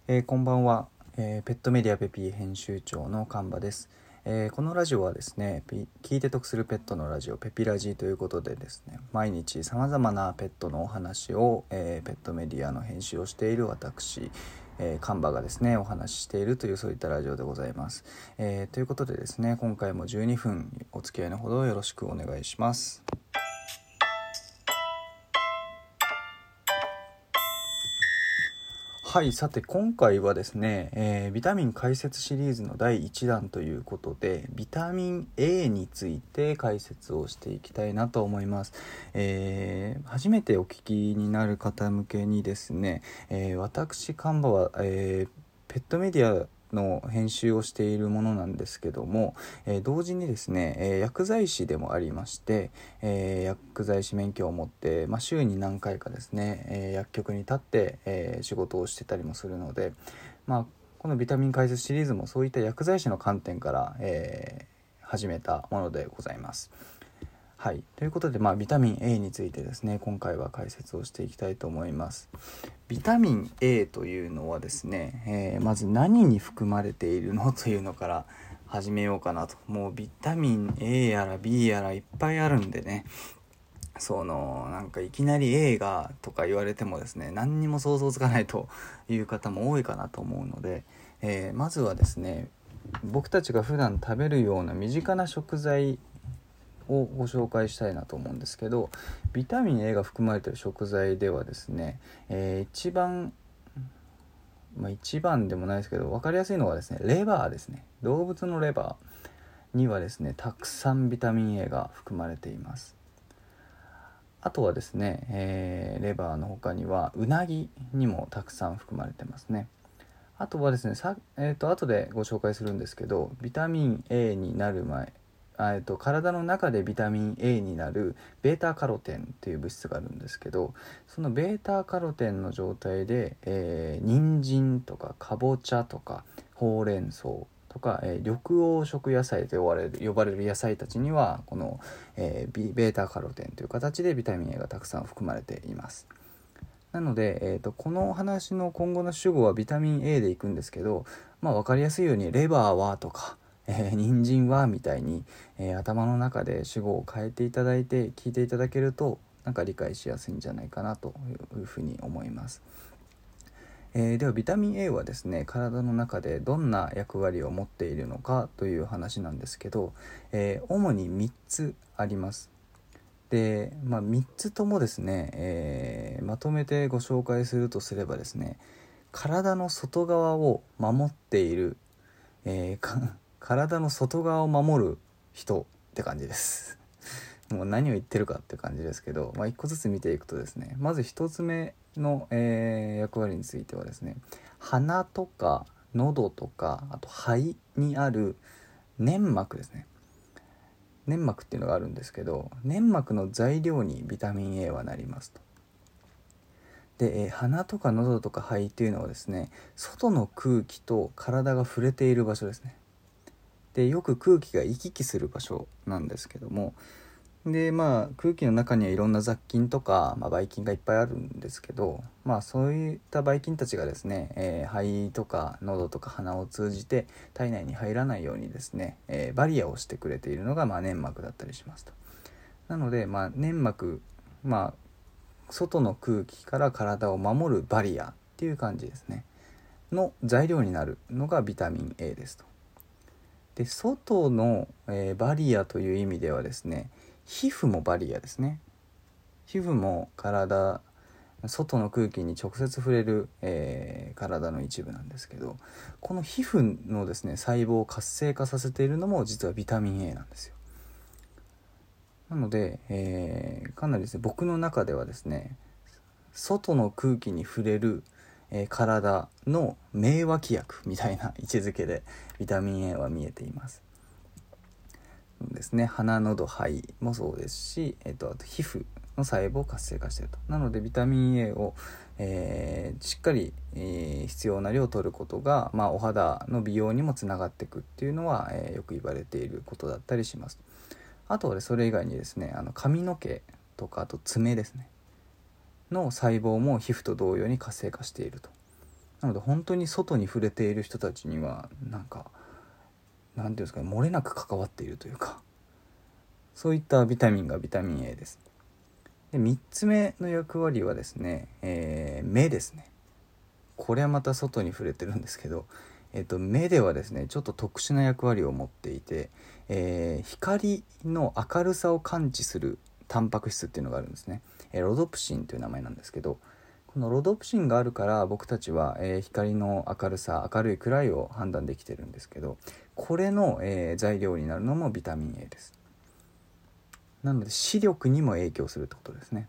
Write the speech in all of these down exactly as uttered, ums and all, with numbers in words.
えーこんばんは、えーペットメディアペピー編集長のカンバです。えーこのラジオはですね、ピ聞いて得するペットのラジオ、ペピラジということでですね、毎日さまざまなペットのお話を、えーペットメディアの編集をしている私、えーカンバがですねお話ししているという、そういったラジオでございます。えーということでですね、今回もじゅうにふんお付き合いのほどよろしくお願いします。はい、さて今回はですね、えービタミン解説シリーズのだいいちだんということで、ビタミン A について解説をしていきたいなと思います。えー初めてお聞きになる方向けにですね、えー私カンバは、えーペットメディアの編集をしているものなんですけども、えー同時にですね、えー薬剤師でもありまして、えー薬剤師免許を持って、まあ、週に何回かですね、えー薬局に立って、えー仕事をしてたりもするので、まあ、このビタミン解説シリーズもそういった薬剤師の観点から、えー始めたものでございます。はい、ということで、まあ、ビタミン A についてですね、今回は解説をしていきたいと思います。ビタミン A というのはですね、えーまず何に含まれているのというのから始めようかなと。もうビタミン A やら B やらいっぱいあるんでね、そのなんかいきなり A がとか言われてもですね、何にも想像つかないという方も多いかなと思うので、えーまずはですね、僕たちが普段食べるような身近な食材をご紹介したいなと思うんですけど、ビタミン A が含まれている食材ではですね、えー一番まあ一番でもないですけど分かりやすいのはですね、レバーですね。動物のレバーにはですね、たくさんビタミン A が含まれています。あとはですね、えーレバーの他にはうなぎにもたくさん含まれてますね。あとはですね、さ、えーと後でご紹介するんですけど、ビタミン A になる前、あえーと体の中でビタミン A になるベータカロテンという物質があるんですけど、そのベータカロテンの状態で、えー、人参とかかぼちゃとかほうれん草とか、えー、緑黄色野菜と呼ばれる呼ばれる野菜たちにはこの、えー、ベータカロテンという形でビタミン A がたくさん含まれています。なので、えーと、このお話の今後の主語はビタミン A でいくんですけど、まあ、分かりやすいようにレバーはとか、えー、人参はみたいに、えー、頭の中で主語を変えていただいて聞いていただけると、なんか理解しやすいんじゃないかなというふうに思います。えー、ではビタミン A はですね、体の中でどんな役割を持っているのかという話なんですけど、えー主にみっつあります。で、まあ、みっつともですね、えーまとめてご紹介するとすればですね、体の外側を守っている、えーか体の外側を守る人って感じですもう何を言ってるかって感じですけど、まあ、いっこずつ見ていくとですね、まずひとつめの、えー役割についてはですね、鼻とか喉とか、あと肺にある粘膜ですね。粘膜っていうのがあるんですけど、粘膜の材料にビタミン A はなりますと。で、えー鼻とか喉とか肺っていうのはですね、外の空気と体が触れている場所ですね。で、よく空気が行き来する場所なんですけども、で、まあ空気の中にはいろんな雑菌とか、まあ、ばい菌がいっぱいあるんですけど、まあそういったばい菌たちがですね、えー肺とか喉とか鼻を通じて体内に入らないようにですね、えーバリアをしてくれているのが、まあ、粘膜だったりしますと。なので、まあ、粘膜、まあ外の空気から体を守るバリアっていう感じですねの材料になるのがビタミン A ですと。で、外の、えーバリアという意味ではですね、皮膚もバリアですね。皮膚も体、外の空気に直接触れる、えー体の一部なんですけど、この皮膚のですね細胞を活性化させているのも実はビタミン A なんですよ。なので、えーかなりですね、僕の中ではですね、外の空気に触れる、えー体の名脇役みたいな位置づけでビタミン A は見えていますですね。鼻、喉、肺もそうですし、えー、とあと皮膚の細胞を活性化していると。なのでビタミン A を、えーしっかり、えー必要な量を取ることが、まあ、お肌の美容にもつながっていくっていうのは、えーよく言われていることだったりします。あとは、ね、それ以外にですね、あの髪の毛とか、あと爪ですねの細胞も皮膚と同様に活性化していると。 なので本当に外に触れている人たちにはなんかなんていうんですかね、漏れなく関わっているというか、そういったビタミンがビタミン A です。でみっつめの役割はですね、えー、目ですね。これはまた外に触れてるんですけど、えー、と目ではですねちょっと特殊な役割を持っていて、えー、光の明るさを感知するタンパク質っていうのがあるんですね。えー、ロドプシンという名前なんですけど、このロドプシンがあるから僕たちは、えー、光の明るさ、明るい暗いを判断できてるんですけど、これの、えー、材料になるのもビタミン A です。なので視力にも影響するってことですね。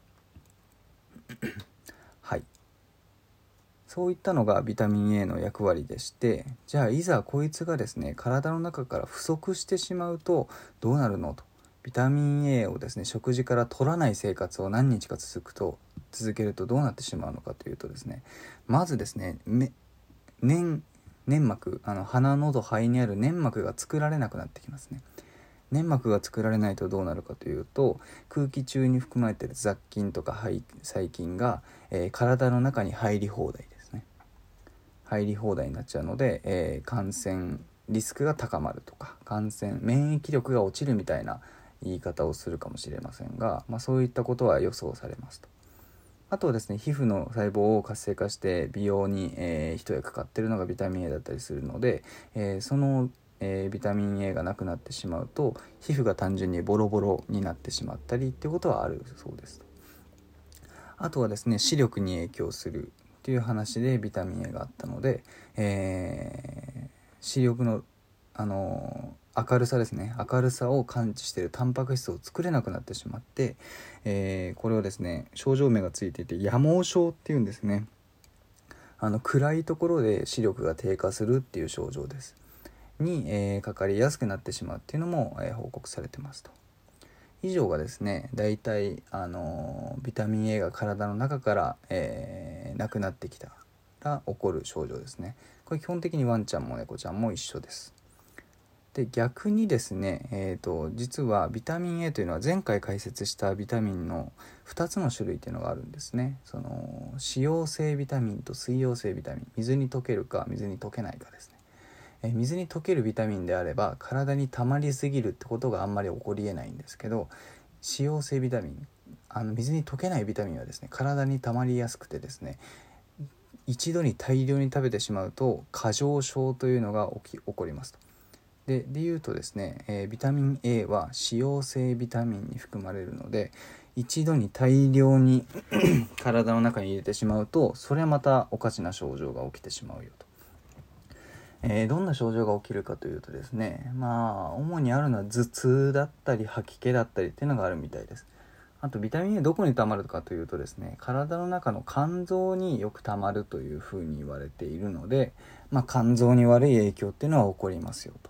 はい、そういったのがビタミン A の役割でして、じゃあいざこいつがですね体の中から不足してしまうとどうなるのと。ビタミン A をですね食事から取らない生活を何日か続くと続けるとどうなってしまうのかというとですね、まずですね粘粘膜、あの鼻喉肺にある粘膜が作られなくなってきますね。粘膜が作られないとどうなるかというと、空気中に含まれている雑菌とか細菌が、えー、体の中に入り放題ですね。入り放題になっちゃうので、えー、感染リスクが高まるとか、感染免疫力が落ちるみたいな言い方をするかもしれませんが、まあ、そういったことは予想されますと。あとはですね、皮膚の細胞を活性化して美容に、えー、一役買っているのがビタミン A だったりするので、えー、その、えー、ビタミン A がなくなってしまうと皮膚が単純にボロボロになってしまったりっていうことはあるそうです。あとはですね、視力に影響するっていう話でビタミン A があったので、えー、視力の、あのー明るさですね、明るさを感知しているタンパク質を作れなくなってしまって、えー、これはですね症状名がついていて夜盲症っていうんですね。あの暗いところで視力が低下するっていう症状ですに、えー、かかりやすくなってしまうっていうのも、えー、報告されてますと。以上がですねだいたい、あのー、ビタミン A が体の中から、えー、なくなってきたら起こる症状ですね。これ基本的にワンちゃんも猫ちゃんも一緒です。で逆にですね、えーと、実はビタミン A というのは前回解説したビタミンのふたつの種類というのがあるんですね。その脂溶性ビタミンと水溶性ビタミン、水に溶けるか水に溶けないかですね。えー、水に溶けるビタミンであれば体に溜まりすぎるってことがあんまり起こりえないんですけど、脂溶性ビタミン、あの水に溶けないビタミンはですね体に溜まりやすくてですね、一度に大量に食べてしまうと過剰症というのが起き起こりますと。ででいうとですね、えー、ビタミン A は脂溶性ビタミンに含まれるので、一度に大量に体の中に入れてしまうとそれはまたおかしな症状が起きてしまうよと。えー、どんな症状が起きるかというとですね、まあ主にあるのは頭痛だったり吐き気だったりっていうのがあるみたいです。あとビタミン A どこに溜まるかというとですね、体の中の肝臓によく溜まるというふうに言われているので、まあ、肝臓に悪い影響っていうのは起こりますよと。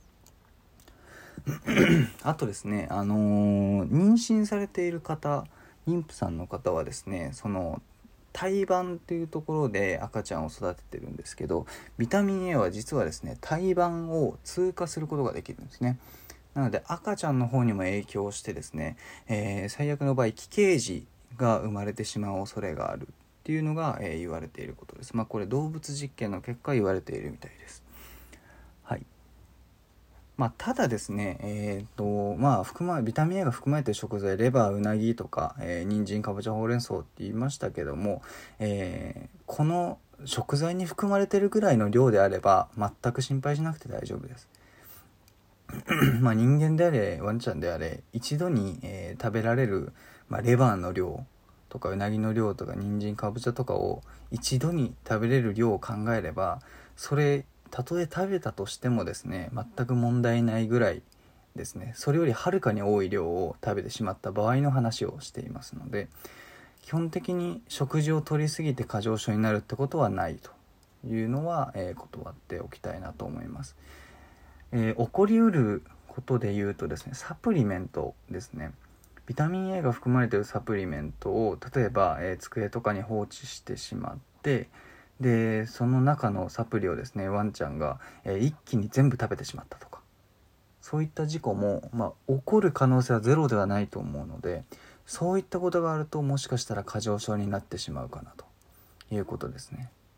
あとですね、あのー、妊娠されている方、妊婦さんの方はですね、その胎盤というところで赤ちゃんを育ててるんですけど、ビタミン A は実はですね胎盤を通過することができるんですね。なので赤ちゃんの方にも影響してですね、えー、最悪の場合奇形児が生まれてしまう恐れがあるっていうのが、えー、言われていることです。まあこれ動物実験の結果言われているみたいです。はい。まあ、ただですね、えーとまあ、含まビタミン A が含まれている食材、レバー、うなぎとか、えー、人参、かぼちゃ、ほうれん草って言いましたけども、えー、この食材に含まれているぐらいの量であれば全く心配しなくて大丈夫です。まあ人間であれワンちゃんであれ一度に、えー、食べられる、まあ、レバーの量とかうなぎの量とか人参、かぼちゃとかを一度に食べれる量を考えれば、それたとえ食べたとしてもですね全く問題ないぐらいですね、それよりはるかに多い量を食べてしまった場合の話をしていますので、基本的に食事を摂りすぎて過剰症になるってことはないというのは、えー、断っておきたいなと思います。えー、起こりうることで言うとですね、サプリメントですね。ビタミン A が含まれているサプリメントを例えば、えー、机とかに放置してしまって、でその中のサプリをですねワンちゃんが、えー、一気に全部食べてしまったとか、そういった事故も、まあ、起こる可能性はゼロではないと思うので、そういったことがあるともしかしたら過剰症になってしまうかなということですね。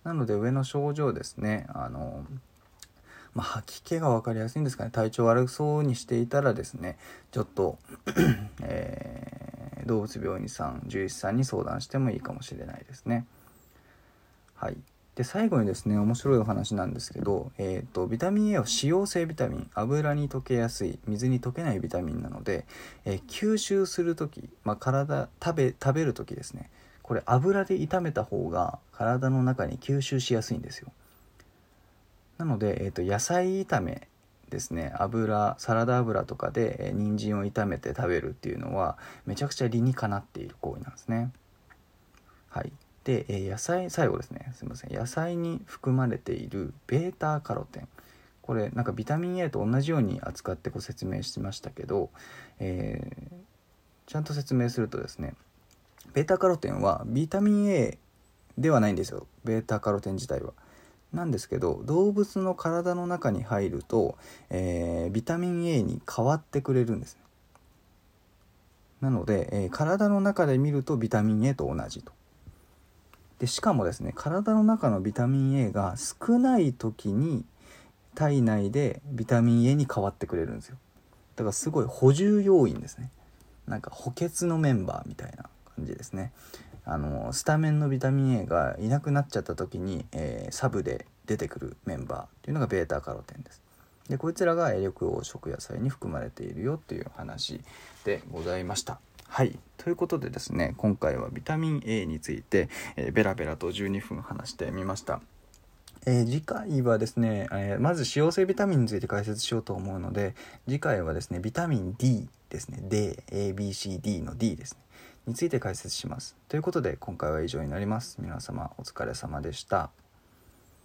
なので上の症状ですね、あのまあ、吐き気が分かりやすいんですかね。体調悪そうにしていたらですね、ちょっと、えー、動物病院さん、獣医師さんに相談してもいいかもしれないですね。はい。で最後にですね、面白いお話なんですけど、えーと、ビタミン A は脂溶性ビタミン、油に溶けやすい、水に溶けないビタミンなので、えー、吸収するとき、まあ、体食べ食べるときですね、これ油で炒めた方が体の中に吸収しやすいんですよ。なので、えーと、野菜炒めですね、油サラダ油とかで、えー、人参を炒めて食べるっていうのはめちゃくちゃ理にかなっている行為なんですね。はい。で、えー、野菜最後ですね、すみません、野菜に含まれているベータカロテン、これなんかビタミン A と同じように扱ってご説明しましたけど、えー、ちゃんと説明するとですね、ベータカロテンはビタミン A ではないんですよ、ベータカロテン自体は。なんですけど、動物の体の中に入ると、えー、ビタミン A に変わってくれるんですね。なので、えー、体の中で見るとビタミン A と同じと。でしかもですね、体の中のビタミン A が少ない時に体内でビタミン A に変わってくれるんですよ。だからすごい補充要員ですね。なんか補欠のメンバーみたいな感じですね。あのスタメンのビタミン A がいなくなっちゃった時に、えー、サブで出てくるメンバーっていうのがベータカロテンです。でこいつらが緑黄色野菜に含まれているよっていう話でございました。はい、ということでですね、今回はビタミン A について、えー、ベラベラとじゅうにふん話してみました。えー、次回はですね、えー、まず脂溶性ビタミンについて解説しようと思うので、次回はですねビタミン D ですね、 D、エービーシーディー の D ですねについて解説します。ということで今回は以上になります。皆様お疲れ様でした。